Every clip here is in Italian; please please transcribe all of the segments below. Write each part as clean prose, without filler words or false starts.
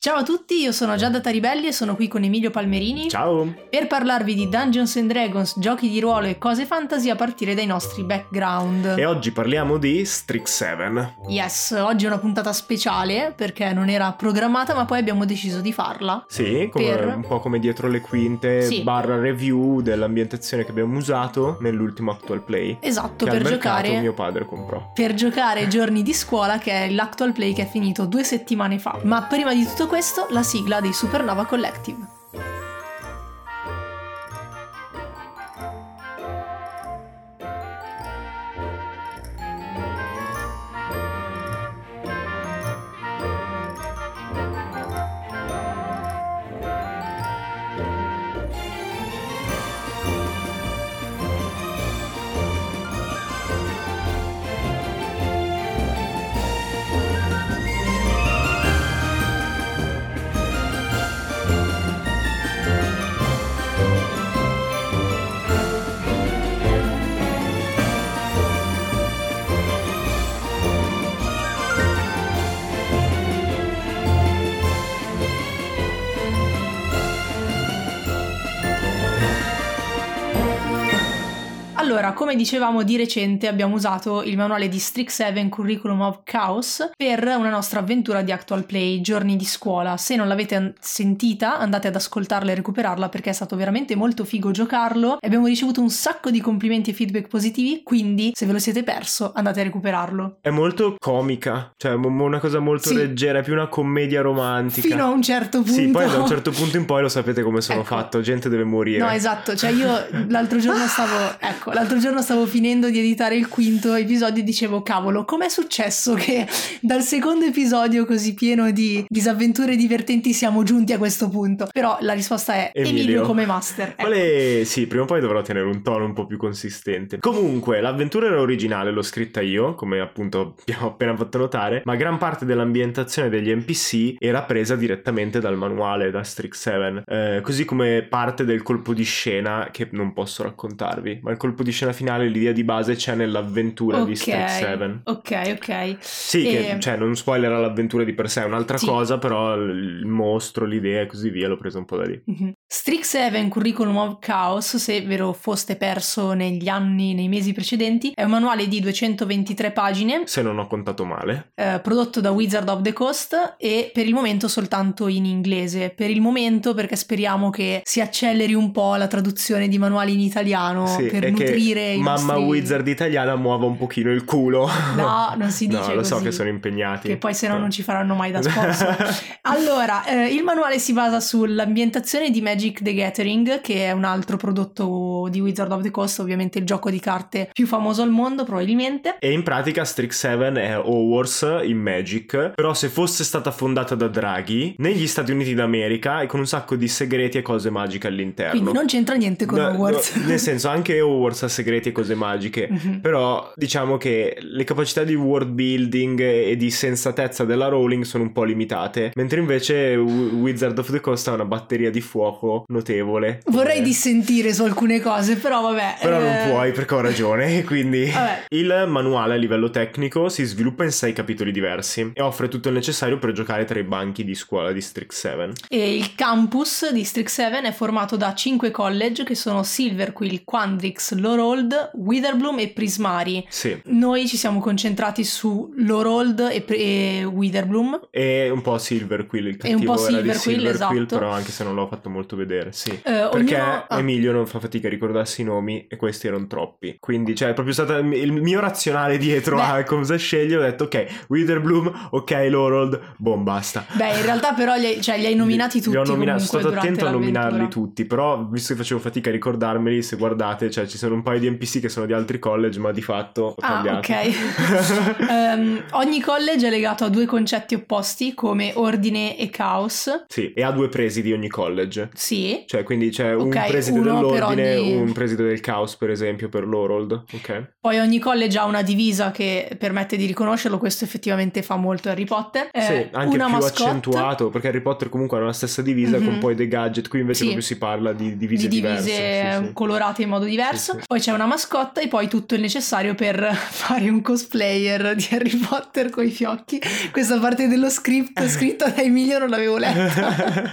Ciao a tutti, io sono Giada Taribelli e sono qui con Emilio Palmerini. Ciao! Per parlarvi di Dungeons and Dragons, giochi di ruolo e cose fantasy a partire dai nostri background. E oggi parliamo di Strixhaven. Yes, oggi è una puntata speciale perché non era programmata ma poi abbiamo deciso di farla. Sì, un po' come dietro le quinte, sì, barra review dell'ambientazione che abbiamo usato nell'ultimo Actual Play. Esatto, che per al mercato giocare mio padre comprò. Per giocare Giorni di scuola, che è l'Actual Play che è finito 2 settimane fa. Ma prima di tutto questo, la sigla dei Supernova Collective. Allora, come dicevamo, di recente abbiamo usato il manuale di Strixhaven Curriculum of Chaos per una nostra avventura di Actual Play, Giorni di scuola. Se non l'avete sentita, andate ad ascoltarla e recuperarla perché è stato veramente molto figo giocarlo e abbiamo ricevuto un sacco di complimenti e feedback positivi, quindi se ve lo siete perso andate a recuperarlo. È molto comica, cioè una cosa molto leggera, è più una commedia romantica. Fino a un certo punto. Sì, poi da un certo punto in poi lo sapete come sono fatto, gente deve morire. No, esatto, cioè io l'altro giorno stavo finendo di editare il 5º episodio e dicevo, cavolo, com'è successo che dal secondo episodio così pieno di disavventure divertenti siamo giunti a questo punto? Però la risposta è Emilio come master. Sì, prima o poi dovrò tenere un tono un po' più consistente. Comunque, l'avventura era originale, l'ho scritta io, come appunto abbiamo appena fatto notare, ma gran parte dell'ambientazione degli NPC era presa direttamente dal manuale, da Strixhaven, così come parte del colpo di scena che non posso raccontarvi, ma il colpo di scena finale, l'idea di base c'è nell'avventura di Strixhaven. Ok. Sì, che cioè non spoilerà l'avventura di per sé, è un'altra cosa, però il mostro, l'idea e così via l'ho preso un po' da lì. Mm-hmm. Strixhaven Curriculum of Chaos, se ve lo foste perso negli anni, nei mesi precedenti, è un manuale di 223 pagine. Se non ho contato male. Prodotto da Wizard of the Coast e per il momento soltanto in inglese. Per il momento, perché speriamo che si acceleri un po' la traduzione di manuali in italiano, per nutrire i mamma nostri... Wizard italiana muova un pochino il culo. No, non si dice così. No, lo so che sono impegnati. Che poi se no non ci faranno mai da sponsor. Allora, il manuale si basa sull'ambientazione di Magic the Gathering, che è un altro prodotto di Wizard of the Coast, ovviamente il gioco di carte più famoso al mondo probabilmente. E in pratica Strixhaven è Hogwarts in Magic, però se fosse stata fondata da draghi negli Stati Uniti d'America e con un sacco di segreti e cose magiche all'interno. Quindi non c'entra niente con Hogwarts. Nel senso, anche Hogwarts ha segreti e cose magiche, però diciamo che le capacità di world building e di sensatezza della Rowling sono un po' limitate, mentre invece Wizard of the Coast ha una batteria di fuoco notevole. Vorrei dissentire su alcune cose, però vabbè. Però non puoi, perché ho ragione, quindi vabbè. Il manuale a livello tecnico si sviluppa in 6 capitoli diversi e offre tutto il necessario per giocare tra i banchi di scuola di Strixhaven. E il campus di Strixhaven è formato da 5 college che sono Silverquill, Quandrix, Lorold, Witherbloom e Prismari. Sì. Noi ci siamo concentrati su Lorold e Witherbloom. E un po' Silverquill, il cattivo e un po' era di Silverquill, esatto. Però anche se non l'ho fatto molto vedere, sì. Perché Emilio non fa fatica a ricordarsi i nomi e questi erano troppi. Quindi, cioè, è proprio stato il mio razionale dietro a cosa scegliere. Ho detto, ok, Witherbloom, ok, Lorold, boom, basta. Beh, in realtà però li hai nominati tutti. Sono stato attento a nominarli tutti, però visto che facevo fatica a ricordarmeli, se guardate, cioè ci sono un paio di NPC che sono di altri college, ma di fatto ho tagliato. Ok. Ogni college è legato a 2 concetti opposti come ordine e caos. Sì, e ha 2 presidi ogni college. Sì. Cioè, quindi c'è un preside dell'ordine, un preside del caos, per esempio, per l'Orold. Ok. Poi ogni college ha una divisa che permette di riconoscerlo, questo effettivamente fa molto Harry Potter. Sì, anche una più mascotte. accentuato, perché Harry Potter comunque ha la stessa divisa con poi dei gadget, qui invece proprio si parla di divise diverse. Sì. colorate in modo diverso. Poi c'è una mascotta e poi tutto il necessario per fare un cosplayer di Harry Potter con i fiocchi. Questa parte dello script scritta da Emilio non l'avevo letta.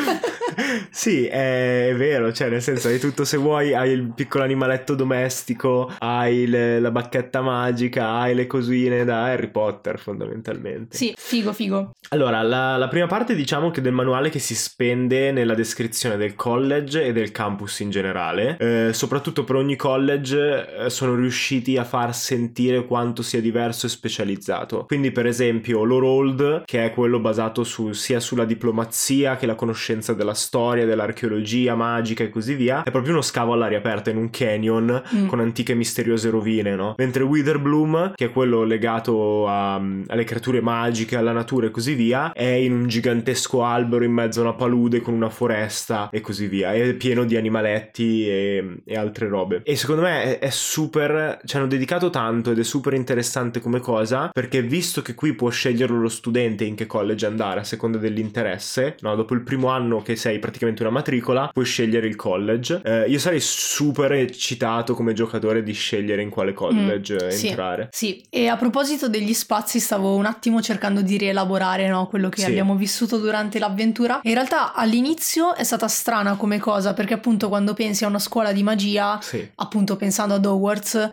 Sì, è vero, cioè nel senso hai tutto, se vuoi hai il piccolo animaletto domestico, hai la bacchetta magica, hai le cosine da Harry Potter fondamentalmente. Sì, figo. Allora, la prima parte diciamo che del manuale che si spende nella descrizione del college e del campus in generale, soprattutto per ogni college sono riusciti a far sentire quanto sia diverso e specializzato. Quindi per esempio l'Orold, che è quello basato sia sulla diplomazia che la conoscenza della storia, dell'archeologia magica e così via, è proprio uno scavo all'aria aperta in un canyon con antiche misteriose rovine, no? Mentre Witherbloom, che è quello legato alle creature magiche, alla natura e così via, è in un gigantesco albero in mezzo a una palude con una foresta e così via, è pieno di animaletti e altre robe. E secondo me è super, ci hanno dedicato tanto ed è super interessante come cosa, perché visto che qui può scegliere lo studente in che college andare a seconda dell'interesse, no? Dopo il primo anno che sei praticamente una matricola puoi scegliere il college. Io sarei super eccitato come giocatore di scegliere in quale college entrare. Sì, e a proposito degli spazi stavo un attimo cercando di rielaborare, no, quello che abbiamo vissuto durante l'avventura. In realtà all'inizio è stata strana come cosa, perché appunto quando pensi a una scuola di magia, appunto pensando ad Hogwarts,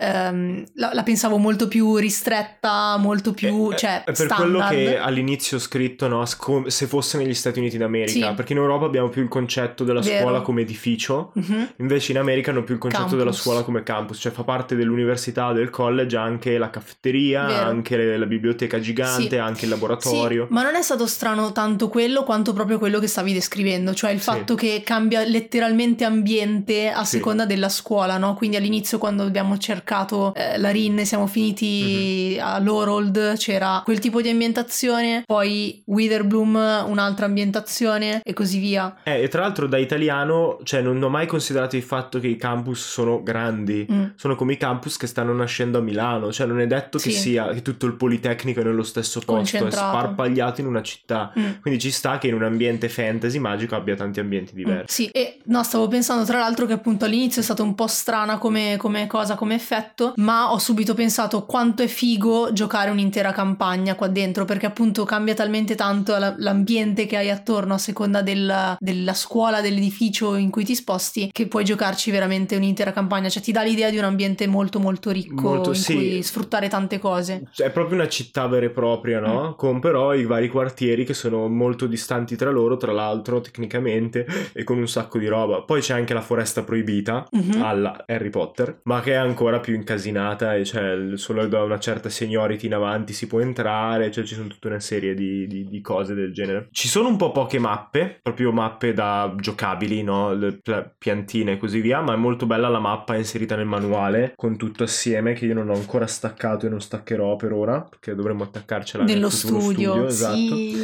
la pensavo molto più ristretta, molto più è per standard. quello che all'inizio ho scritto, no, se fosse negli Stati Uniti d'America, perché in Europa abbiamo più il concetto della scuola come edificio, invece in America hanno più il concetto della scuola come campus, cioè fa parte dell'università, del college anche la caffetteria, anche la biblioteca gigante, anche il laboratorio. Ma non è stato strano tanto quello quanto proprio quello che stavi descrivendo, cioè il fatto che cambia letteralmente ambiente a seconda della scuola, no? Quindi all'inizio quando abbiamo cercato la RIN e siamo finiti all'Orold c'era quel tipo di ambientazione, poi Witherbloom un'altra ambientazione e così via. E tra l'altro da italiano, cioè non ho mai considerato il fatto che i campus sono grandi, sono come i campus che stanno nascendo a Milano, cioè non è detto che sia che tutto il Politecnico è nello stesso posto, è sparpagliato in una città, quindi ci sta che in un ambiente fantasy magico abbia tanti ambienti diversi. Sì, e no, stavo pensando tra l'altro che appunto all'inizio è stata un po' strana come cosa, come effetto, ma ho subito pensato quanto è figo giocare un'intera campagna qua dentro, perché appunto cambia talmente tanto l'ambiente che hai attorno a seconda della scuola, dell'edificio in cui ti sposti, che puoi giocarci veramente un'intera campagna, cioè ti dà l'idea di un ambiente molto molto ricco cui sfruttare tante cose. È proprio una città vera e propria, no? Con però i vari quartieri che sono molto distanti tra loro, tra l'altro tecnicamente, e con un sacco di roba. Poi c'è anche la foresta proibita alla Harry Potter, ma che è ancora più incasinata, e cioè solo da una certa seniority in avanti si può entrare, cioè ci sono tutta una serie di cose del genere. Ci sono un po' poche mappe, proprio mappe da giocabili, no? Le piantine e così via, ma è molto bella la mappa inserita nel manuale con tutto assieme, che io non ho ancora staccato e non staccherò per ora, perché dovremmo attaccarcela nello nel studio, esatto.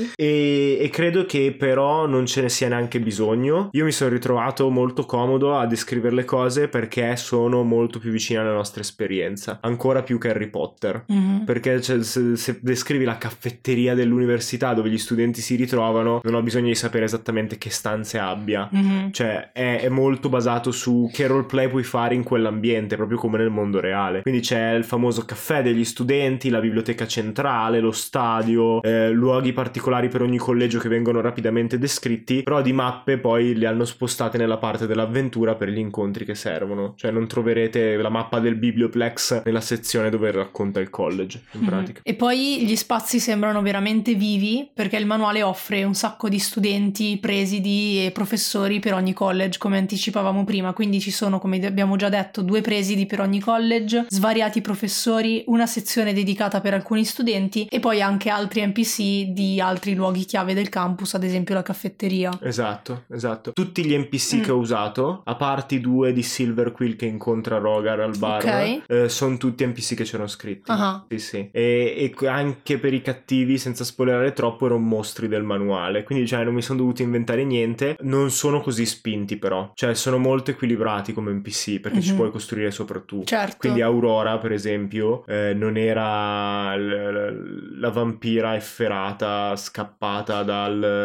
E credo che però non ce ne sia neanche bisogno. Io mi sono ritrovato molto comodo a descrivere le cose perché sono molto più vicine alla nostra esperienza, ancora più che Harry Potter, perché se descrivi la caffetteria dell'università dove gli studenti si ritrovano, non ho bisogno di sapere esattamente che stanze abbia, cioè è molto basato su che roleplay puoi fare in quell'ambiente, proprio come nel mondo reale. Quindi c'è il famoso caffè degli studenti, la biblioteca centrale, lo stadio, luoghi particolari per ogni collegio che vengono rapidamente descritti, però di mappe poi le hanno spostate nella parte dell'avventura per gli incontri che servono, cioè non troverete la mappa del Biblioplex nella sezione dove racconta il college in pratica. E poi gli spazi sembrano veramente vivi perché il manuale offre un sacco di studenti, presidi e professori per ogni college, come anticipavamo prima, quindi ci sono, come abbiamo già detto, 2 presidi per ogni college, svariati professori, una sezione dedicata per alcuni studenti e poi anche altri NPC di altri luoghi chiave del campus, ad esempio la caffetteria. Esatto. Tutti gli NPC che ho usato, a parte i 2 di Silverquill che incontra Rogar al bar, sono tutti NPC che c'erano scritti. Sì. E anche per i cattivi, senza spoilerare troppo, erano mostri del manuale, quindi cioè non mi sono dovuto inventare niente. non sono così spinti però, cioè sono molto equilibrati come NPC perché ci puoi costruire sopra tu. Certo. Quindi Aurora per esempio non era la vampira efferata scappata da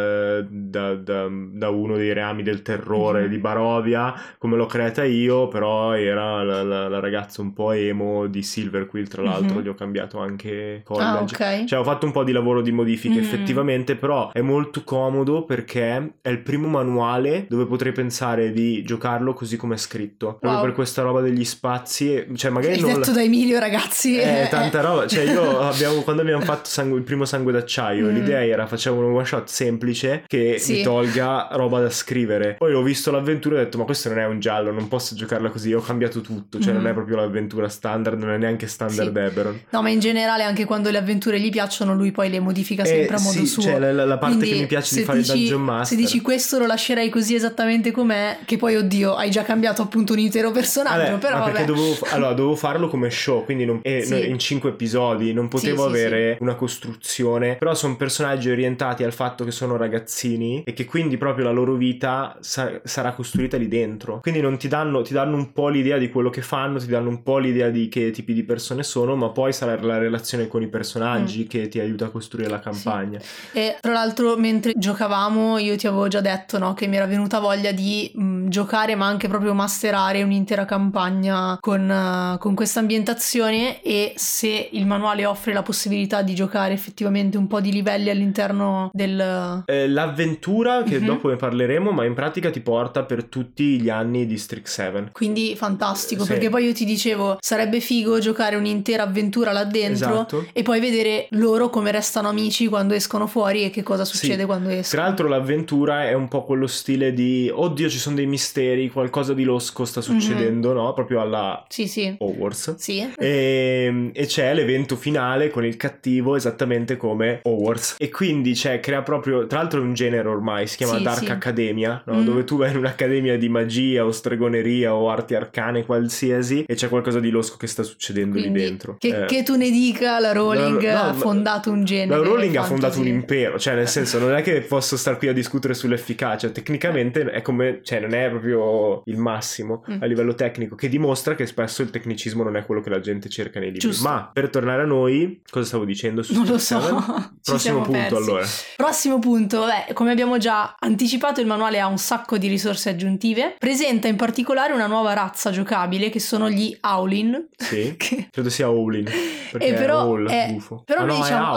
uno dei reami del terrore di Barovia come l'ho creata io, però era la ragazza un po' emo di Silverquill, tra l'altro gli ho cambiato anche college. Ok. Cioè ho fatto un po' di lavoro di modifiche effettivamente, però è molto comodo perché è il primo manuale dove potrei pensare di giocarlo così come è scritto, proprio per questa roba degli spazi, cioè magari hai detto da Emilio, ragazzi, tanta roba, cioè quando abbiamo fatto il primo Sangue d'Acciaio l'idea era facciamo un one shot semplice che mi tolga roba da scrivere, poi ho visto l'avventura e ho detto ma questo non è un giallo, non posso giocarla così, ho cambiato tutto, cioè non è proprio l'avventura standard, non è neanche standard Eberron. No, ma in generale anche quando le avventure gli piacciono lui poi le modifica sempre a modo suo, cioè la parte quindi che mi piace di fare il Dungeon Master, se dici questo lo lascerei così esattamente com'è, che poi oddio hai già cambiato appunto un intero personaggio, però perché dovevo farlo come show, quindi in 5 episodi non potevo avere una costruzione, però sono personaggi orientati al fatto che sono ragazzini e che quindi proprio la loro vita sarà costruita lì dentro, quindi non ti danno un po' l'idea di quello che fanno, ti danno un po' l'idea di che tipi di persone sono, ma poi sarà la relazione con i personaggi che ti aiuta a costruire la campagna. E tra l'altro mentre giocavamo io ti avevo già detto, no, che mi era venuta voglia di giocare ma anche proprio masterare un'intera campagna con questa ambientazione, e se il manuale offre la possibilità di giocare effettivamente un po' di livelli all'interno l'avventura che dopo ne parleremo, ma in pratica ti porta per tutti gli anni di Strixhaven, quindi fantastico, perché poi io ti dicevo sarebbe figo giocare un'intera avventura là dentro e poi vedere loro come restano amici quando escono fuori e che cosa succede quando escono. Tra l'altro l'avventura è un po' quello stile di oddio ci sono dei misteri, qualcosa di losco sta succedendo, no? Proprio alla Hogwarts. E c'è l'evento finale con il cattivo esattamente come Hogwarts, e quindi crea proprio, tra l'altro è un genere ormai, si chiama Dark Academia, no? Dove tu vai in un'accademia di magia o stregoneria o arti arcane qualsiasi e c'è qualcosa di losco che sta succedendo lì dentro. Che tu ne dica, la Rowling ha fondato un genere. La Rowling ha fondato un impero, cioè nel senso non è che posso star qui a discutere sull'efficacia, tecnicamente è come, cioè non è proprio il massimo a livello tecnico, che dimostra che spesso il tecnicismo non è quello che la gente cerca nei libri. Giusto. Ma per tornare a noi, cosa stavo dicendo? Non lo so. Prossimo punto persi. Allora. Prossimo punto, come abbiamo già anticipato, il manuale ha un sacco di risorse aggiuntive, presenta in particolare una nuova razza giocabile che sono gli Owlin. Sì, credo sia Owlin, perché però è gufo. Però noi diciamo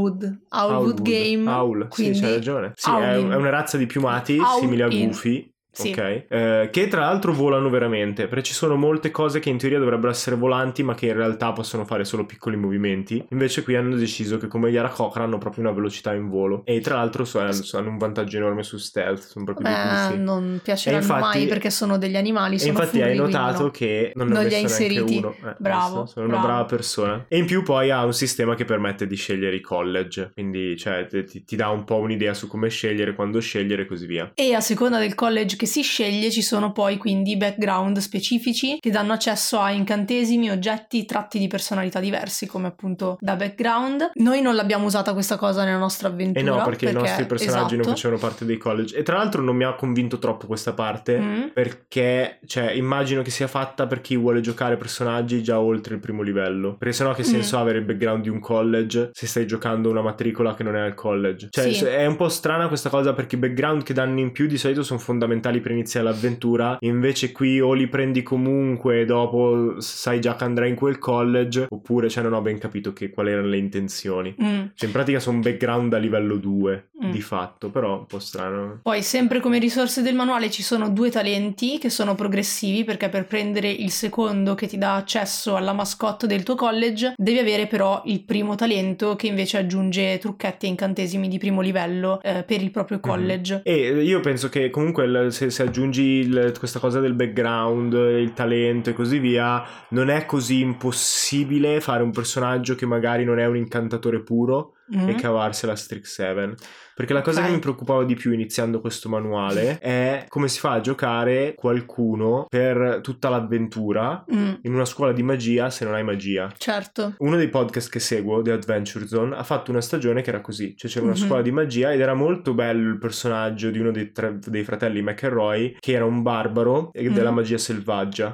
Owlwood Game. Owl, sì, c'hai ragione. Sì, è una razza di piumati simile a gufi. Sì. Ok, che tra l'altro volano veramente, perché ci sono molte cose che in teoria dovrebbero essere volanti ma che in realtà possono fare solo piccoli movimenti, invece qui hanno deciso che come gli Aracocra hanno proprio una velocità in volo e tra l'altro hanno un vantaggio enorme su stealth, sono proprio dei gufi. Non piaceranno mai perché sono degli animali, sono infatti furri, hai notato no. che non li ha inseriti. Uno. Bravo, sono una brava persona. E in più poi ha un sistema che permette di scegliere i college, quindi cioè ti dà un po' un'idea su come scegliere, quando scegliere e così via. E a seconda del college che si sceglie ci sono poi quindi background specifici che danno accesso a incantesimi, oggetti, tratti di personalità diversi come appunto da background. Noi non l'abbiamo usata questa cosa nella nostra avventura. No, perché i nostri personaggi non facevano parte dei college. E tra l'altro non mi ha convinto troppo questa parte perché cioè immagino che sia fatta per chi vuole giocare personaggi già oltre il primo livello, perché sennò che senso ha avere il background di un college se stai giocando una matricola che non è al college, cioè è un po' strana questa cosa perché i background che danno in più di solito sono fondamentali per iniziare l'avventura, invece qui o li prendi comunque e dopo sai già che andrai in quel college, oppure non ho ben capito quali erano le intenzioni. Cioè in pratica sono background a livello 2 di fatto, però un po' strano. Poi sempre come risorse del manuale ci sono 2 talenti che sono progressivi, perché per prendere il secondo che ti dà accesso alla mascotte del tuo college devi avere però il primo talento che invece aggiunge trucchetti e incantesimi di primo livello per il proprio college. E io penso che comunque se aggiungi questa cosa del background, il talento e così via, non è così impossibile fare un personaggio che magari non è un incantatore puro, e cavarsi la Strix-7. Perché la cosa che mi preoccupava di più iniziando questo manuale è come si fa a giocare qualcuno per tutta l'avventura in una scuola di magia se non hai magia. Certo. Uno dei podcast che seguo, The Adventure Zone, ha fatto una stagione che era così, cioè c'era una scuola di magia ed era molto bello il personaggio di uno dei fratelli McElroy che era un barbaro della magia selvaggia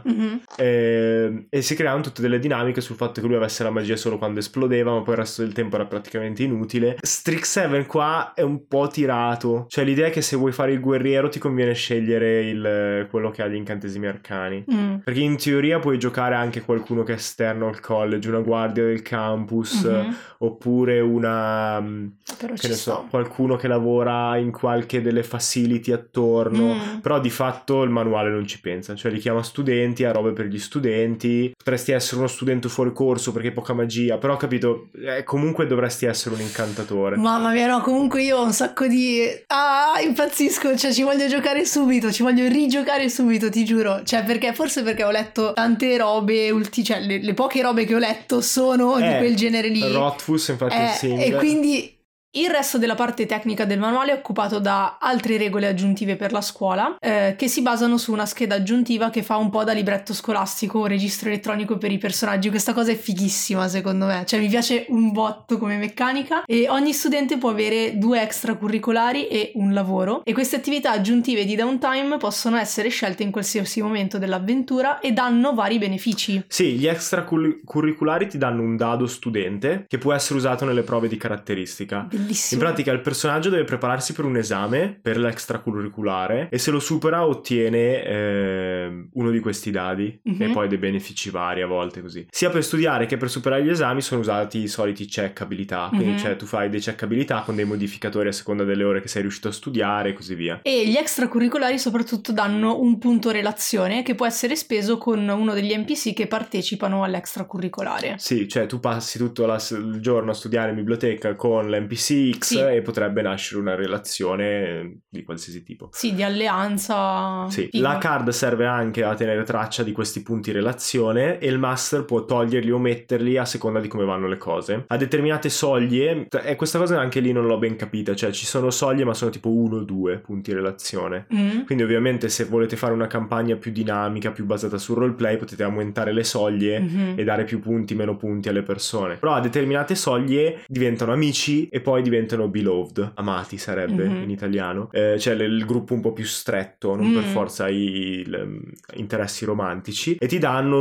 e si creavano tutte delle dinamiche sul fatto che lui avesse la magia solo quando esplodeva, ma poi il resto del tempo era praticamente inutile. Strix-7 qua è un po' tirato, cioè l'idea è che se vuoi fare il guerriero ti conviene scegliere quello che ha gli incantesimi arcani, perché in teoria puoi giocare anche qualcuno che è esterno al college, una guardia del campus, oppure una che ne so, qualcuno che lavora in qualche delle facility attorno, però di fatto il manuale non ci pensa, cioè li chiama studenti, ha robe per gli studenti, potresti essere uno studente fuori corso perché hai poca magia, però capito, comunque dovresti essere un incantatore. Mamma mia, no, comunque io ho un sacco di impazzisco, cioè ci voglio giocare subito, ci voglio rigiocare subito, ti giuro, cioè forse perché ho letto tante robe, cioè le poche robe che ho letto sono di quel genere lì. Rothfuss infatti e quindi il resto della parte tecnica del manuale è occupato da altre regole aggiuntive per la scuola, che si basano su una scheda aggiuntiva che fa un po' da libretto scolastico o registro elettronico per i personaggi. Questa cosa è fighissima secondo me, cioè mi piace un botto come meccanica, e ogni studente può avere 2 extracurricolari e un lavoro, e queste attività aggiuntive di downtime possono essere scelte in qualsiasi momento dell'avventura e danno vari benefici. Sì, gli extracurriculari ti danno un dado studente che può essere usato nelle prove di caratteristica. Bellissimo. In pratica il personaggio deve prepararsi per un esame per l'extracurriculare e se lo supera ottiene uno di questi dadi e poi dei benefici vari a volte così. Sia per studiare che per superare gli esami sono usati i soliti check abilità, quindi cioè tu fai dei check abilità con dei modificatori a seconda delle ore che sei riuscito a studiare e così via. E gli extracurricolari soprattutto danno un punto relazione che può essere speso con uno degli NPC che partecipano all'extracurricolare. Sì, cioè tu passi tutto il giorno a studiare in biblioteca con l'NPC X e potrebbe nascere una relazione di qualsiasi tipo. Sì, di alleanza. Sì, la card serve anche a tenere traccia di questi punti relazione e il master può toglierli o metterli a seconda di come vanno le cose. A determinate soglie, e questa cosa anche lì non l'ho ben capita, cioè ci sono soglie ma sono tipo 1 o 2 punti relazione. Quindi ovviamente se volete fare una campagna più dinamica, più basata sul roleplay, potete aumentare le soglie e dare più punti, meno punti alle persone. Però a determinate soglie diventano amici e poi diventano beloved, amati sarebbe in italiano, cioè il gruppo un po' più stretto, non per forza i interessi romantici, e ti danno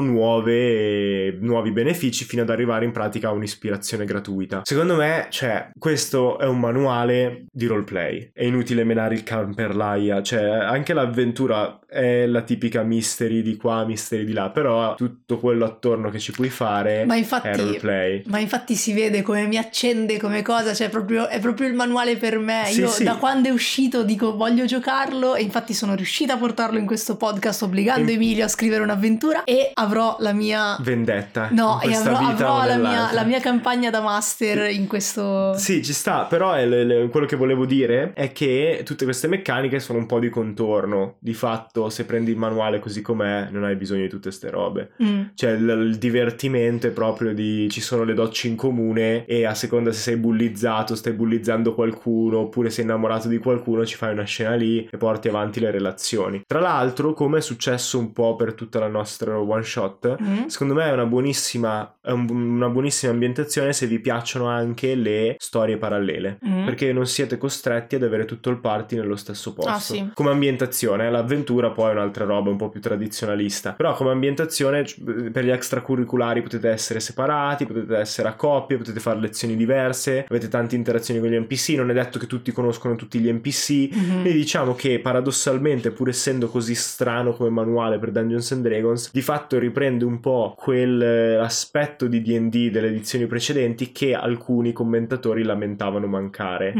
nuovi benefici fino ad arrivare in pratica a un'ispirazione gratuita. Secondo me, cioè, questo è un manuale di roleplay, è inutile menare il can per l'aia, cioè anche l'avventura è la tipica mystery di qua, mystery di là, però tutto quello attorno che ci puoi fare è roleplay. Ma infatti si vede come mi accende come cosa, cioè è proprio il manuale per me. Io da quando è uscito dico voglio giocarlo, e infatti sono riuscita a portarlo in questo podcast obbligando Emilio a scrivere un'avventura, e avrò la mia vendetta. No, e avrò la mia campagna da master in questo. Sì, ci sta, però quello che volevo dire è che tutte queste meccaniche sono un po' di contorno. Di fatto, se prendi il manuale così com'è, non hai bisogno di tutte ste robe. Cioè il divertimento è proprio ci sono le docce in comune e a seconda se sei bullizzato, stai bullizzando qualcuno oppure sei innamorato di qualcuno, ci fai una scena lì e porti avanti le relazioni. Tra l'altro, come è successo un po' per tutta la nostra one shot, secondo me è una buonissima ambientazione se vi piacciono anche le storie parallele, perché non siete costretti ad avere tutto il party nello stesso posto. Come ambientazione, l'avventura poi è un'altra roba un po' più tradizionalista, però come ambientazione per gli extracurriculari potete essere separati, potete essere a coppie, potete fare lezioni diverse, avete tante interazioni con gli NPC, non è detto che tutti conoscono tutti gli NPC, quindi diciamo che paradossalmente, pur essendo così strano come manuale per Dungeons and Dragons, di fatto riprende un po' quell'aspetto di D&D delle edizioni precedenti che alcuni commentatori lamentavano mancare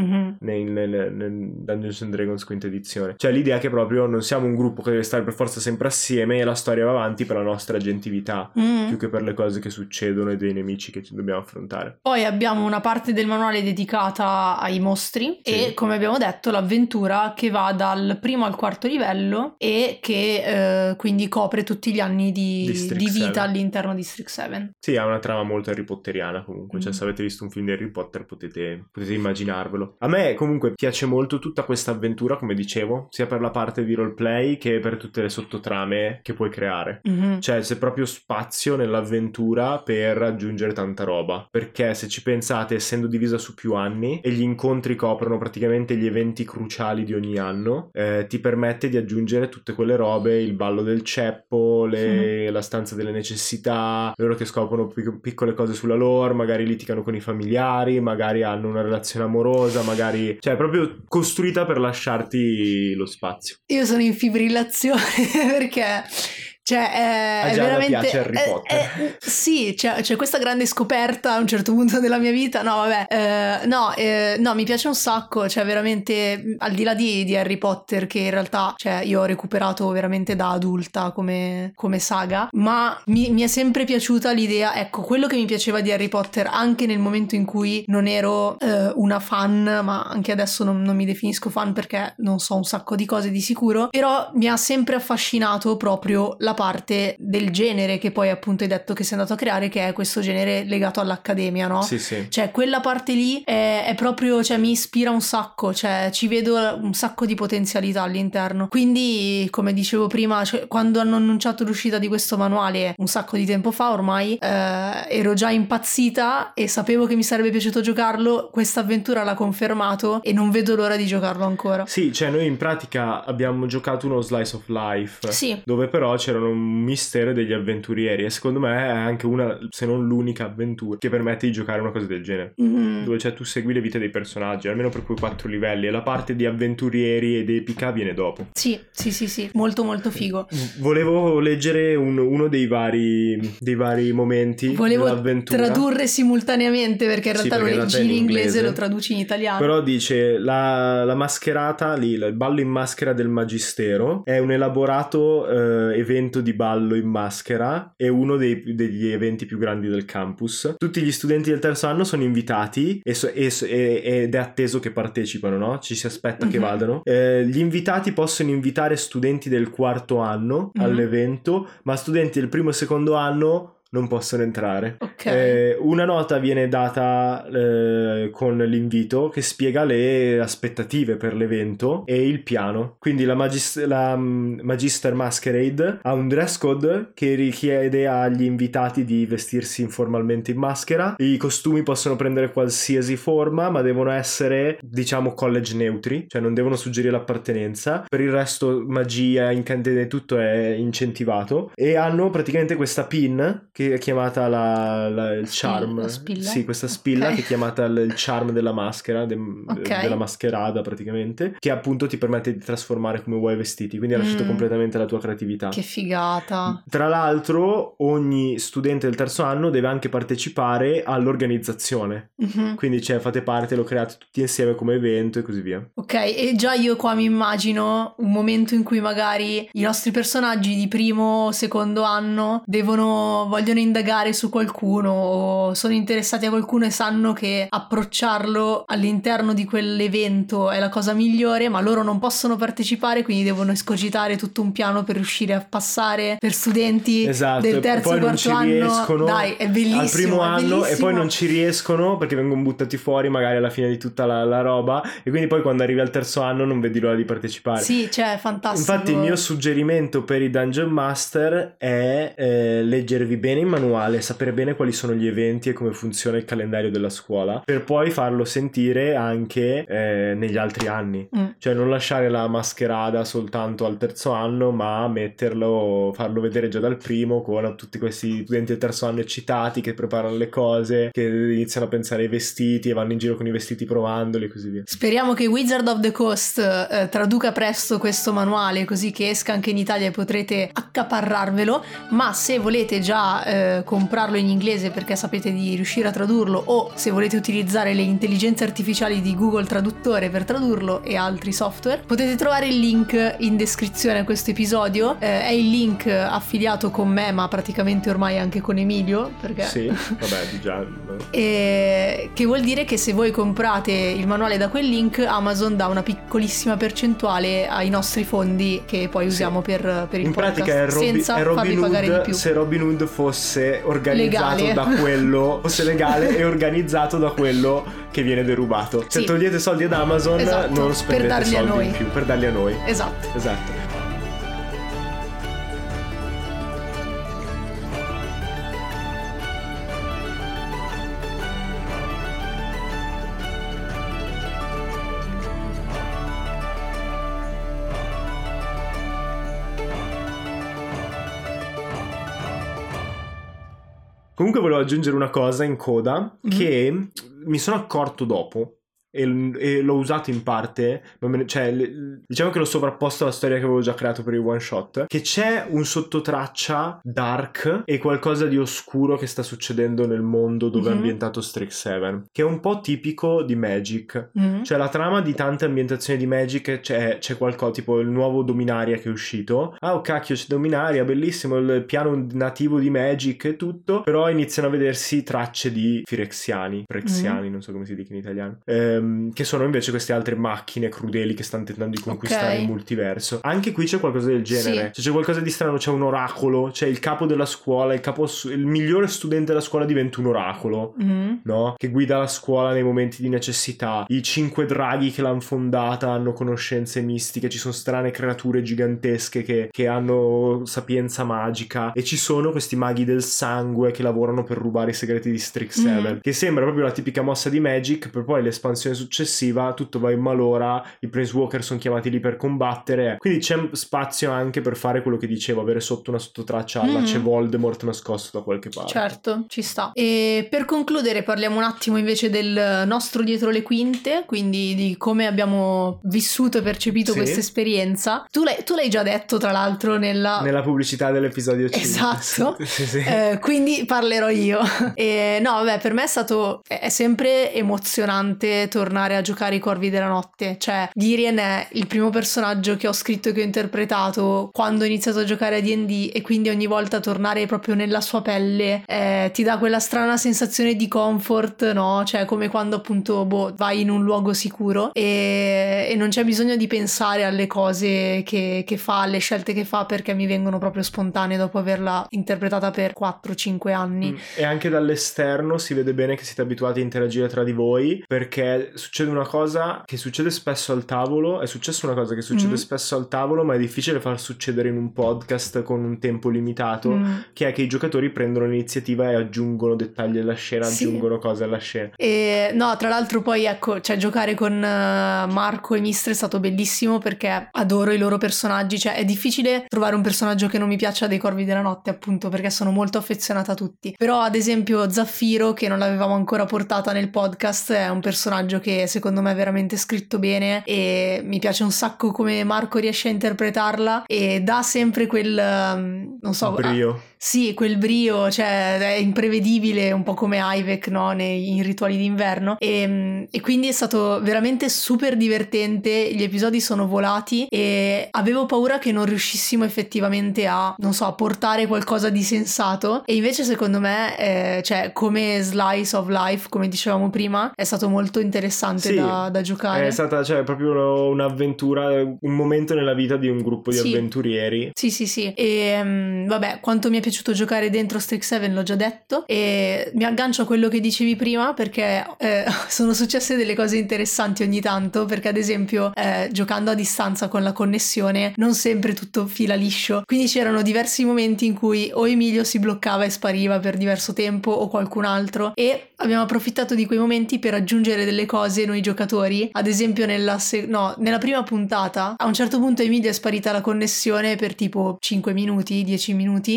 nel Dungeons and Dragons quinta edizione, cioè l'idea che proprio non siamo un gruppo che deve stare per forza sempre assieme e la storia va avanti per la nostra agentività più che per le cose che succedono e dei nemici che dobbiamo affrontare. Poi abbiamo una parte del manuale dedicata ai mostri e, come abbiamo detto, l'avventura che va dal primo al quarto livello e che quindi copre tutti gli anni di District vita 7. all'interno di District 7. Sì, ha una trama molto Harry Potteriana comunque, cioè se avete visto un film di Harry Potter potete immaginarvelo. A me comunque piace molto tutta questa avventura, come dicevo, sia per la parte di roleplay che per tutte le sottotrame che puoi creare. Cioè c'è proprio spazio nell'avventura per aggiungere tanta roba, perché se ci pensate, essendo divisa su più anni e gli incontri coprono praticamente gli eventi cruciali di ogni anno, ti permette di aggiungere tutte quelle robe, il ballo del ceppo, la stanza delle necessità, loro che scoprono piccole cose sulla lore, magari litigano con i familiari, magari hanno una relazione amorosa, magari, cioè è proprio costruita per lasciarti lo spazio. Io sono in fibrillazione perché cioè è veramente piace Harry Potter. Sì, c'è questa grande scoperta a un certo punto della mia vita. No, vabbè, no, mi piace un sacco, cioè veramente al di là di Harry Potter, che in realtà, cioè, io ho recuperato veramente da adulta come saga, ma mi è sempre piaciuta l'idea, ecco, quello che mi piaceva di Harry Potter anche nel momento in cui non ero una fan, ma anche adesso non mi definisco fan perché non so un sacco di cose di sicuro, però mi ha sempre affascinato proprio la parte del genere che poi appunto hai detto che sei andato a creare, che è questo genere legato all'accademia, no? Sì, sì. Cioè quella parte lì è proprio, cioè mi ispira un sacco, cioè ci vedo un sacco di potenzialità all'interno. Quindi, come dicevo prima, cioè, quando hanno annunciato l'uscita di questo manuale un sacco di tempo fa ormai, ero già impazzita e sapevo che mi sarebbe piaciuto giocarlo. Questa avventura l'ha confermato e non vedo l'ora di giocarlo ancora. Sì, cioè noi in pratica abbiamo giocato uno slice of life, sì, dove però c'erano un mistero degli avventurieri, e secondo me è anche una, se non l'unica avventura che permette di giocare una cosa del genere, dove cioè tu segui le vite dei personaggi, almeno per quei 4 livelli, e la parte di avventurieri ed epica viene dopo. Sì, molto molto figo. Volevo leggere uno dei vari momenti dell'avventura. Tradurre simultaneamente, perché in realtà lo leggi in inglese e lo traduci in italiano. Però dice la mascherata lì, il ballo in maschera del magistero è un elaborato evento di ballo in maschera, è uno degli eventi più grandi del campus. Tutti gli studenti del terzo anno sono invitati ed è atteso che partecipano, no? Ci si aspetta che vadano. Gli invitati possono invitare studenti del quarto anno all'evento, ma studenti del primo e secondo anno non possono entrare. Okay. Una nota viene data con l'invito che spiega le aspettative per l'evento e il piano. Quindi la Magister Masquerade ha un dress code che richiede agli invitati di vestirsi informalmente in maschera. I costumi possono prendere qualsiasi forma, ma devono essere, diciamo, college neutri, cioè non devono suggerire l'appartenenza. Per il resto magia, incantesimi, tutto è incentivato, e hanno praticamente questa pin che è chiamata il charm. La spilla? Sì, questa spilla che è chiamata il charm della maschera, della mascherada praticamente, che appunto ti permette di trasformare come vuoi i vestiti, quindi ha lasciato completamente la tua creatività. Che figata. Tra l'altro ogni studente del terzo anno deve anche partecipare all'organizzazione, quindi fate parte, lo create tutti insieme come evento e così via. Ok, e già io qua mi immagino un momento in cui magari i nostri personaggi di primo o secondo anno vogliono indagare su qualcuno o sono interessati a qualcuno e sanno che approcciarlo all'interno di quell'evento è la cosa migliore, ma loro non possono partecipare, quindi devono escogitare tutto un piano per riuscire a passare per studenti del terzo o quarto anno. Dai, è bellissimo al primo anno, bellissimo. E poi non ci riescono perché vengono buttati fuori magari alla fine di tutta la roba, e quindi poi quando arrivi al terzo anno non vedi l'ora di partecipare. Sì, cioè fantastico. Infatti il mio suggerimento per i Dungeon Master è leggervi bene il manuale, sapere bene quali sono gli eventi e come funziona il calendario della scuola, per poi farlo sentire anche negli altri anni. Cioè non lasciare la mascherada soltanto al terzo anno, ma farlo vedere già dal primo, con tutti questi studenti del terzo anno eccitati che preparano le cose, che iniziano a pensare ai vestiti e vanno in giro con i vestiti provandoli e così via. Speriamo che Wizard of the Coast traduca presto questo manuale, così che esca anche in Italia e potrete accaparrarvelo. Ma se volete già sia comprarlo in inglese perché sapete di riuscire a tradurlo, o se volete utilizzare le intelligenze artificiali di Google Traduttore per tradurlo e altri software, potete trovare il link in descrizione a questo episodio. È il link affiliato con me, ma praticamente ormai anche con Emilio, perché sì, vabbè, di già. E che vuol dire che se voi comprate il manuale da quel link, Amazon dà una piccolissima percentuale ai nostri fondi che poi usiamo per il in podcast, pratica è senza farvi pagare di più. Se Robin Hood fosse organizzato legale. da quello, fosse legale e organizzato da quello che viene derubato. Se togliete soldi ad Amazon, esatto, non spendete per darli soldi a noi. in più, per darli a noi. Esatto. Comunque volevo aggiungere una cosa in coda che mi sono accorto dopo e l'ho usato in parte, diciamo che l'ho sovrapposto alla storia che avevo già creato per il one shot, che c'è un sottotraccia dark e qualcosa di oscuro che sta succedendo nel mondo dove è ambientato Strixhaven, che è un po' tipico di Magic. Cioè la trama di tante ambientazioni di Magic c'è qualcosa, tipo il nuovo Dominaria che è uscito. Oh cacchio, c'è Dominaria, bellissimo, il piano nativo di Magic e tutto, però iniziano a vedersi tracce di Prexiani, non so come si dica in italiano, che sono invece queste altre macchine crudeli che stanno tentando di conquistare il multiverso. Anche qui c'è qualcosa del genere, c'è qualcosa di strano, c'è un oracolo, c'è il capo della scuola, il migliore studente della scuola diventa un oracolo, no? Che guida la scuola nei momenti di necessità. I 5 draghi che l'hanno fondata hanno conoscenze mistiche, ci sono strane creature gigantesche che hanno sapienza magica, e ci sono questi maghi del sangue che lavorano per rubare i segreti di Strixhaven, che sembra proprio la tipica mossa di Magic, per poi l'espansione successiva tutto va in malora, i Planeswalker sono chiamati lì per combattere, quindi c'è spazio anche per fare quello che dicevo, avere sotto una sottotraccia alla c'è Voldemort nascosto da qualche parte. Certo, ci sta. E per concludere parliamo un attimo invece del nostro dietro le quinte, quindi di come abbiamo vissuto e percepito questa esperienza. Tu l'hai già detto tra l'altro nella pubblicità dell'episodio 5. Esatto. sì. Quindi parlerò io. E no, vabbè, per me è sempre emozionante tornare a giocare i Corvi della Notte. Cioè, Dirien è il primo personaggio che ho scritto e che ho interpretato quando ho iniziato a giocare a D&D, e quindi ogni volta tornare proprio nella sua pelle ti dà quella strana sensazione di comfort, no? Cioè, come quando appunto vai in un luogo sicuro e non c'è bisogno di pensare alle cose che fa, alle scelte che fa, perché mi vengono proprio spontanee dopo averla interpretata per 4-5 anni. E anche dall'esterno si vede bene che siete abituati a interagire tra di voi, perché succede una cosa che succede spesso al tavolo, è successa una cosa che succede spesso al tavolo, ma è difficile far succedere in un podcast con un tempo limitato, che è che i giocatori prendono l'iniziativa e aggiungono dettagli alla scena, aggiungono cose alla scena. E no, tra l'altro poi ecco, cioè giocare con Marco e Mistre è stato bellissimo perché adoro i loro personaggi, cioè è difficile trovare un personaggio che non mi piaccia dei Corvi della Notte, appunto perché sono molto affezionata a tutti. Però ad esempio Zaffiro, che non l'avevamo ancora portata nel podcast, è un personaggio che secondo me è veramente scritto bene e mi piace un sacco come Marco riesce a interpretarla e dà sempre quel non so, brio. Sì, quel brio, cioè è imprevedibile, un po' come Ivek, no? In Rituali d'inverno, e quindi è stato veramente super divertente. Gli episodi sono volati e avevo paura che non riuscissimo effettivamente a, non so, a portare qualcosa di sensato, e invece secondo me cioè come slice of life, come dicevamo prima, è stato molto interessante da giocare. È stata proprio un'avventura, un momento nella vita di un gruppo di avventurieri. Sì. E vabbè, quanto mi è piaciuto giocare dentro Strixhaven l'ho già detto, e mi aggancio a quello che dicevi prima perché sono successe delle cose interessanti ogni tanto, perché ad esempio giocando a distanza con la connessione non sempre tutto fila liscio, quindi c'erano diversi momenti in cui o Emilio si bloccava e spariva per diverso tempo o qualcun altro, e abbiamo approfittato di quei momenti per aggiungere delle cose noi giocatori. Ad esempio nella prima puntata a un certo punto Emilio è sparita la connessione per tipo 5 minuti, 10 minuti, e noi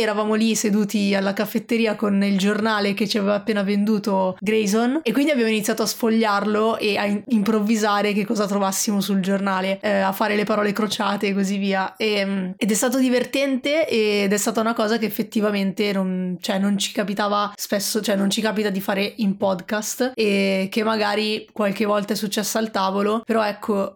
eravamo lì seduti alla caffetteria con il giornale che ci aveva appena venduto Grayson, e quindi abbiamo iniziato a sfogliarlo e a improvvisare che cosa trovassimo sul giornale, a fare le parole crociate e così via, ed è stato divertente, ed è stata una cosa che effettivamente non ci capitava spesso, cioè non ci capita di fare in podcast, e che magari qualche volta è successa al tavolo, però ecco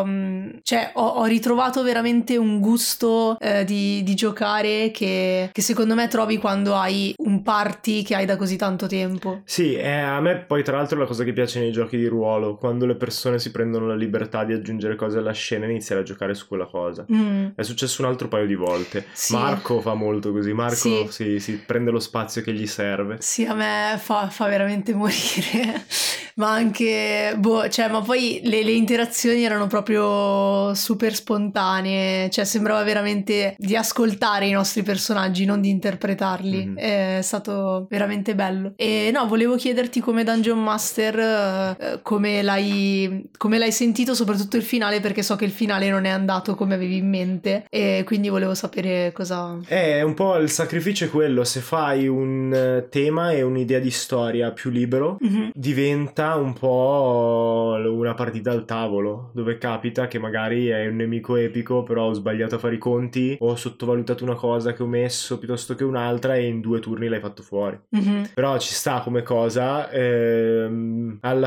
ho ritrovato veramente un gusto di giocare che secondo me trovi quando hai un party che hai da così tanto tempo. Sì, a me poi tra l'altro la cosa che piace nei giochi di ruolo, quando le persone si prendono la libertà di aggiungere cose alla scena e iniziare a giocare su quella cosa. È successo un altro paio di volte. Sì. Marco fa molto così, Marco si prende lo spazio che gli serve. Sì, a me fa veramente morire. Ma anche ma poi le interazioni erano proprio super spontanee, cioè sembrava veramente di ascoltare i nostri personaggi, non di interpretarli. È stato veramente bello. E no, volevo chiederti come Dungeon Master come l'hai sentito, soprattutto il finale, perché so che il finale non è andato come avevi in mente, e quindi volevo sapere cosa... È un po' il sacrificio è quello, se fai un tema e un'idea di storia più libero, diventa un po' una partita al tavolo, dove capita che magari è un nemico epico, però ho sbagliato a fare i conti, o ho sottovalutato una cosa che ho messo piuttosto che un'altra, e in 2 turni l'hai fatto fuori. Però ci sta come cosa. Alla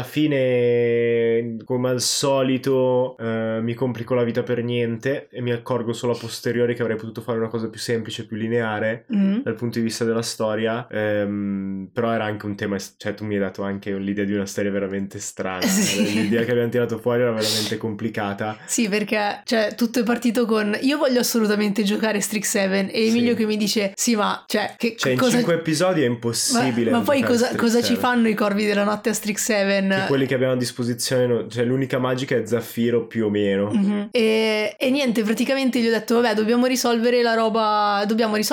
fine, come al solito, mi complico la vita per niente e mi accorgo solo a posteriori che avrei potuto fare una cosa più semplice, più lineare dal punto di vista della storia, però era anche un tema, cioè tu mi hai dato anche l'idea di una storia veramente strana. L'idea che abbiamo tirato fuori era veramente complicata. Sì, perché cioè tutto è partito con io voglio assolutamente giocare Strixhaven, e Emilio che mi dice sì, ma cioè in 5 episodi è impossibile. Ma poi cosa ci fanno i corvi della notte a Strixhaven? Che quelli che abbiamo a disposizione, cioè l'unica magica è Zaffiro più o meno. E niente, praticamente gli ho detto vabbè, dobbiamo risolvere la roba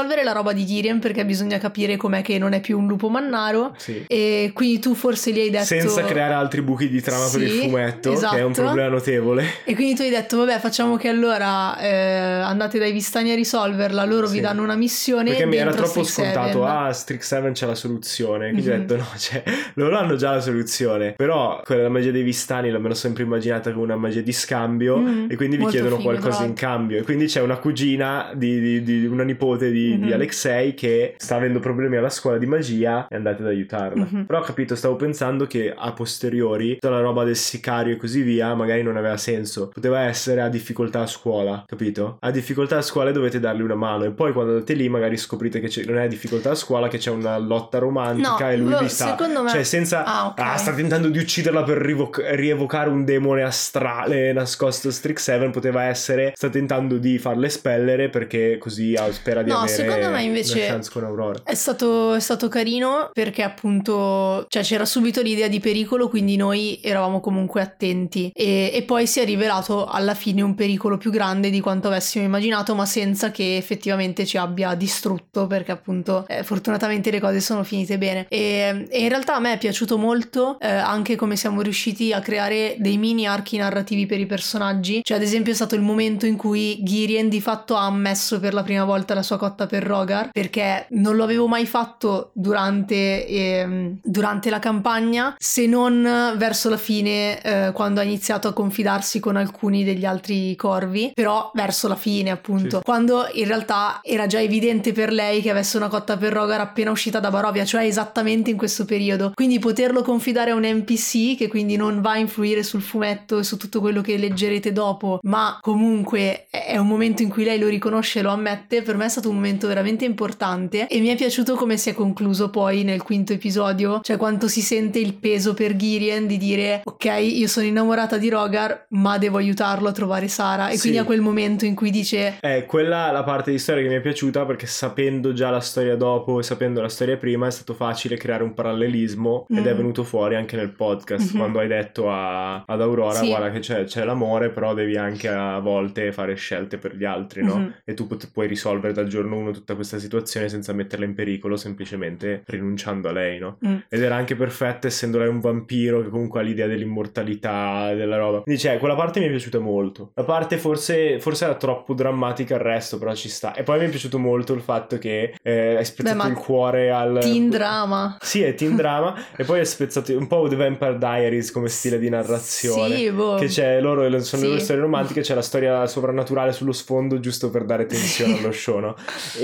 di Girien, perché bisogna capire com'è che non è più un lupo mannaro. E quindi tu forse gli hai detto, senza creare altri buchi di trama per il fumetto, esatto, che è un problema notevole. E quindi tu hai detto vabbè, facciamo che allora andate dai Vistani a risolverla, loro vi danno una missione, perché mi era troppo Strixhaven. scontato Strixhaven c'è la soluzione, quindi ho detto no, cioè loro hanno già la soluzione, però quella magia dei Vistani me l'ho sempre immaginata come una magia di scambio, e quindi vi chiedono qualcosa in cambio, e quindi c'è una cugina di una nipote di Alexei che sta avendo problemi alla scuola di magia e andate ad aiutarla. Però ho capito, stavo pensando che a posteriori tutta la roba del sicario e così via magari non aveva senso, poteva essere a difficoltà a scuola, capito? A difficoltà a scuola dovete dargli una mano, e poi quando andate lì magari scoprite che non è difficoltà a scuola, che c'è una lotta romantica, e lui vi sta, me... cioè senza sta tentando di ucciderla per rievocare un demone astrale nascosto a Strixhaven, poteva essere sta tentando di farle espellere perché così spera di avere secondo me invece una chance con Aurora. È stato carino, perché appunto cioè c'era subito l'idea di pericolo, quindi noi eravamo comunque attenti, e poi si è rivelato alla fine un pericolo più grande di quanto avessimo immaginato, ma senza che effettivamente ci abbia distrutto, perché appunto fortunatamente le cose sono finite bene, e in realtà a me è piaciuto molto anche come siamo riusciti a creare dei mini archi narrativi per i personaggi. Cioè ad esempio è stato il momento in cui Girien di fatto ha ammesso per la prima volta la sua cotta per Rogar, perché non lo avevo mai fatto durante la campagna, se non verso la fine, quando ha iniziato a confidarsi con alcuni degli altri corvi, però verso la fine appunto, quando in realtà era già evidente per lei che avesse una cotta per Rogar appena uscita da Barovia, cioè esattamente in questo periodo. Quindi poterlo confidare a un NPC che quindi non va a influire sul fumetto e su tutto quello che leggerete dopo, ma comunque è un momento in cui lei lo riconosce e lo ammette, per me è stato un momento veramente importante, e mi è piaciuto come si è concluso poi nel 5º episodio, cioè quanto si sente il peso per Girien di dire ok, io sono innamorata di Rogar ma devo aiutarlo a trovare Sara, e quindi a quel momento in cui dice quella la parte di storia che mi è piaciuta, perché sapendo già la storia dopo e sapendo la storia prima è stato facile creare un parallelismo, ed è venuto fuori anche nel podcast quando hai detto ad Aurora guarda che c'è l'amore, però devi anche a volte fare scelte per gli altri, no? E tu puoi risolvere dal giorno 1 tutta questa situazione senza metterla in pericolo, semplicemente rinunciando a lei, no? Ed era anche perfetta, essendo lei un vampiro che comunque ha l'idea dell'immortalità, della roba. Quindi quella parte mi è piaciuta molto. La parte forse era troppo drammatica, il resto però ci sta. E poi mi è piaciuto molto il fatto che hai spezzato il cuore al teen drama. Sì, è teen drama. E poi hai spezzato un po' The Vampire Diaries come stile di narrazione. Sì, boh. Che sono le loro storie romantiche, c'è la storia sovrannaturale sullo sfondo giusto per dare tensione allo show, no?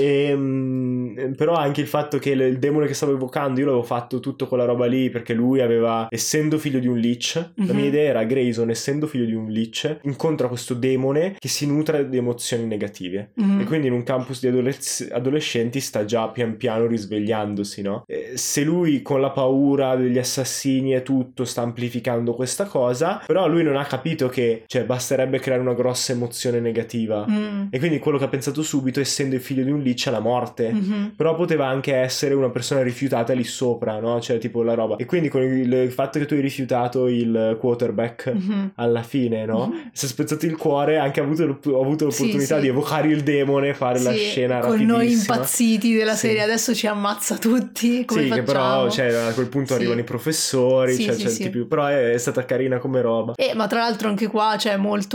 Però anche il fatto che il demone che stavo evocando, io l'avevo fatto tutto quella roba lì perché lui aveva, essendo figlio di un lich, la mia idea era Grayson, essendo figlio di un lich, incontra questo demone che si nutre di emozioni negative e quindi in un campus di adolescenti sta già pian piano risvegliandosi, no? Se lui con la paura degli assassini e tutto sta amplificando questa cosa, però lui non ha capito che basterebbe creare una grossa emozione negativa e quindi quello che ha pensato subito, essendo il figlio di un lich, è la morte. Però poteva anche essere una persona rifiutata lì sopra, no? Cioè tipo la roba. E quindi con il fatto che tu hai rifiutato il quarterback alla fine, no? Si è spezzato il cuore, anche ho avuto l'opportunità di evocare il demone, fare la scena con rapidissima. Noi impazziti della serie adesso ci ammazza tutti, come facciamo? Che però a quel punto arrivano i professori, però è stata carina come roba. Ma tra l'altro anche qua c'è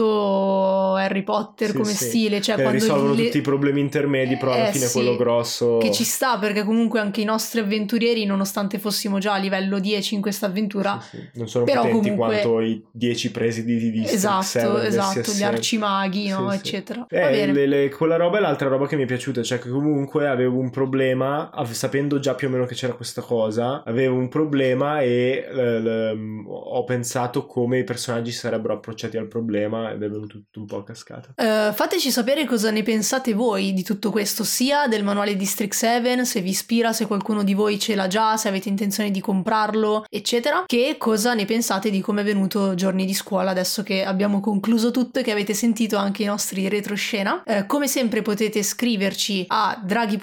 molto Harry Potter come stile, quando risolvono tutti i problemi intermedi, però alla fine quello grosso che ci sta, perché comunque anche i nostri avventurieri, nonostante fossimo già a livello 10 in questa avventura, non sono però potenti comunque quanto i 10 presidi di esatto, gli arcimaghi, no? Eccetera. Va bene. Quella roba è l'altra roba che mi è piaciuta, che comunque avevo un problema, sapendo già più o meno che c'era questa cosa, avevo un problema e ho pensato come i personaggi si sarebbero approcciati al problema ed è venuto tutto un po' a cascata. Fateci sapere cosa ne pensate voi di tutto questo, sia del manuale di Strixhaven, se vi ispira, se qualcuno di voi ce l'ha già, se avete intenzione di comprarlo, eccetera, che cosa ne pensate di come è venuto Giorni di Scuola adesso che abbiamo concluso tutto e che avete sentito anche i nostri retroscena. Come sempre potete scriverci a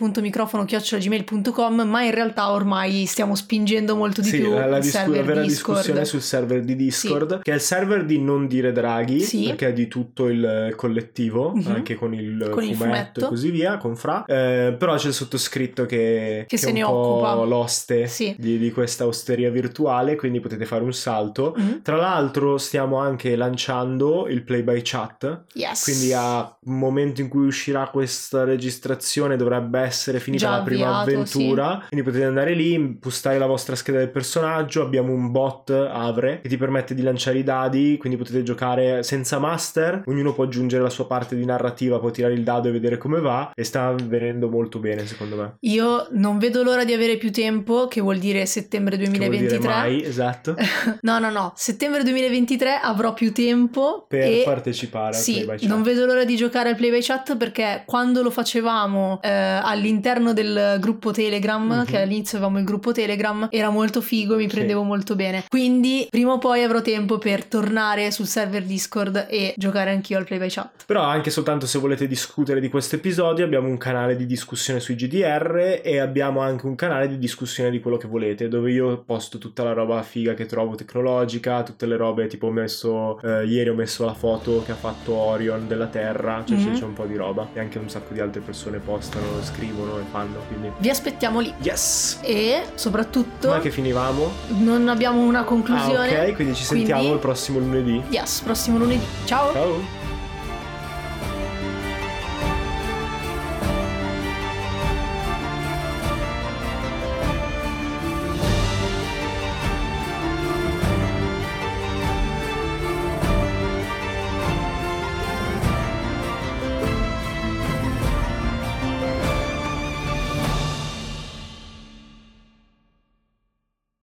draghi.microfono@gmail.com, ma in realtà ormai stiamo spingendo molto di più la server vera Discord. Discussione sul server di Discord, che è il server di Non Dire Draghi, perché è di tutto il collettivo, anche con il fumetto e così via, con Fra. Però c'è il sottoscritto che se è un ne po' occupa, l'oste di questa osteria virtuale, quindi potete fare un salto. Tra l'altro stiamo anche lanciando il play by chat, quindi a un momento in cui uscirà questa registrazione dovrebbe essere finita già la prima avventura, sì. Quindi potete andare lì, impostare la vostra scheda del personaggio, abbiamo un bot Avre che ti permette di lanciare i dadi, quindi potete giocare senza master, ognuno può aggiungere la sua parte di narrativa, può tirare il dado e vedere come va, e sta venendo molto bene secondo me. Io non vedo l'ora di avere più tempo, che vuol dire settembre 2023. Che vuol dire mai, esatto. No, settembre 2023 avrò più tempo per partecipare al play by chat. Non vedo l'ora di giocare al play by chat, perché quando lo facevamo all'interno del gruppo Telegram, che all'inizio avevamo il gruppo Telegram, era molto figo, mi prendevo molto bene, quindi prima o poi avrò tempo per tornare sul server Discord e giocare anch'io al play by chat. Però anche soltanto se volete discutere di questo episodio, abbiamo un canale di discussione sui GDR e abbiamo anche un canale di discussione di quello che volete, dove io posto tutta la roba figa che trovo tecnologica, tutte le robe, tipo ieri ho messo la foto che ha fatto Orion della Terra, c'è un po' di roba, e anche un sacco di altre persone postano, scrivono e fanno, quindi vi aspettiamo lì. E soprattutto, ma che finivamo? Non abbiamo una conclusione. Ok, quindi ci sentiamo il prossimo lunedì. Prossimo lunedì. Ciao.